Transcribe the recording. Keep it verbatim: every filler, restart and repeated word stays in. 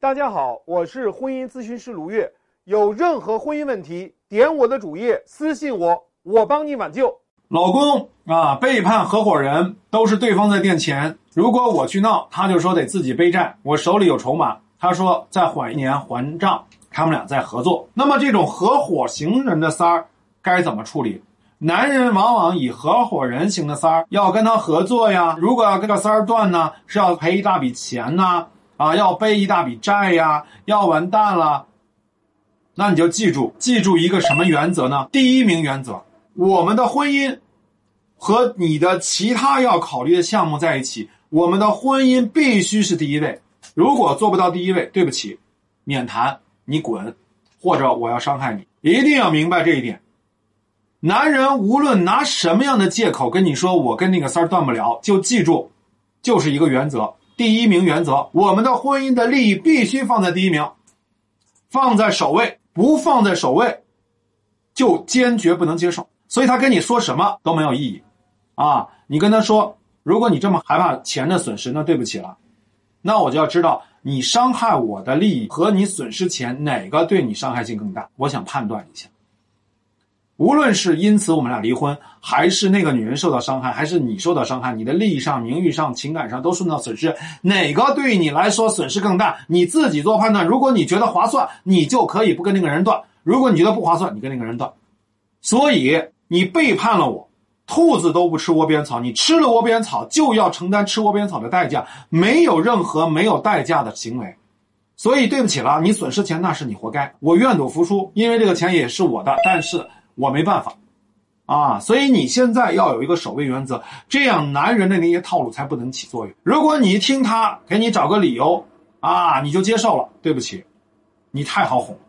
大家好，我是婚姻咨询师卢月。有任何婚姻问题，点我的主页私信我，我帮你挽救。 老公啊，背叛合伙人都是对方在垫钱，如果我去闹，他就说得自己背债，我手里有筹码，他说再缓一年还账，他们俩在合作。那么这种合伙型人的三儿该怎么处理？男人往往以合伙人型的三儿要跟他合作呀，如果要跟这三儿断呢，是要赔一大笔钱呢，啊，要背一大笔债呀，要完蛋了。那你就记住，记住一个什么原则呢？第一名原则，我们的婚姻和你的其他要考虑的项目在一起，我们的婚姻必须是第一位。如果做不到第一位，对不起，免谈，你滚，或者我要伤害你。一定要明白这一点。男人无论拿什么样的借口跟你说我跟那个三儿断不了，就记住，就是一个原则，第一名原则，我们的婚姻的利益必须放在第一名，放在首位，不放在首位就坚决不能接受。所以他跟你说什么都没有意义啊！你跟他说，如果你这么害怕钱的损失，那对不起了，那我就要知道你伤害我的利益和你损失钱哪个对你伤害性更大，我想判断一下。无论是因此我们俩离婚，还是那个女人受到伤害，还是你受到伤害，你的利益上、名誉上、情感上都受到损失，哪个对你来说损失更大，你自己做判断。如果你觉得划算，你就可以不跟那个人断，如果你觉得不划算，你跟那个人断。所以你背叛了我，兔子都不吃窝边草，你吃了窝边草就要承担吃窝边草的代价，没有任何没有代价的行为。所以对不起了，你损失钱那是你活该，我愿赌服输，因为这个钱也是我的，但是我没办法啊。所以你现在要有一个守卫原则，这样男人的那些套路才不能起作用。如果你一听他给你找个理由啊，你就接受了，对不起，你太好哄。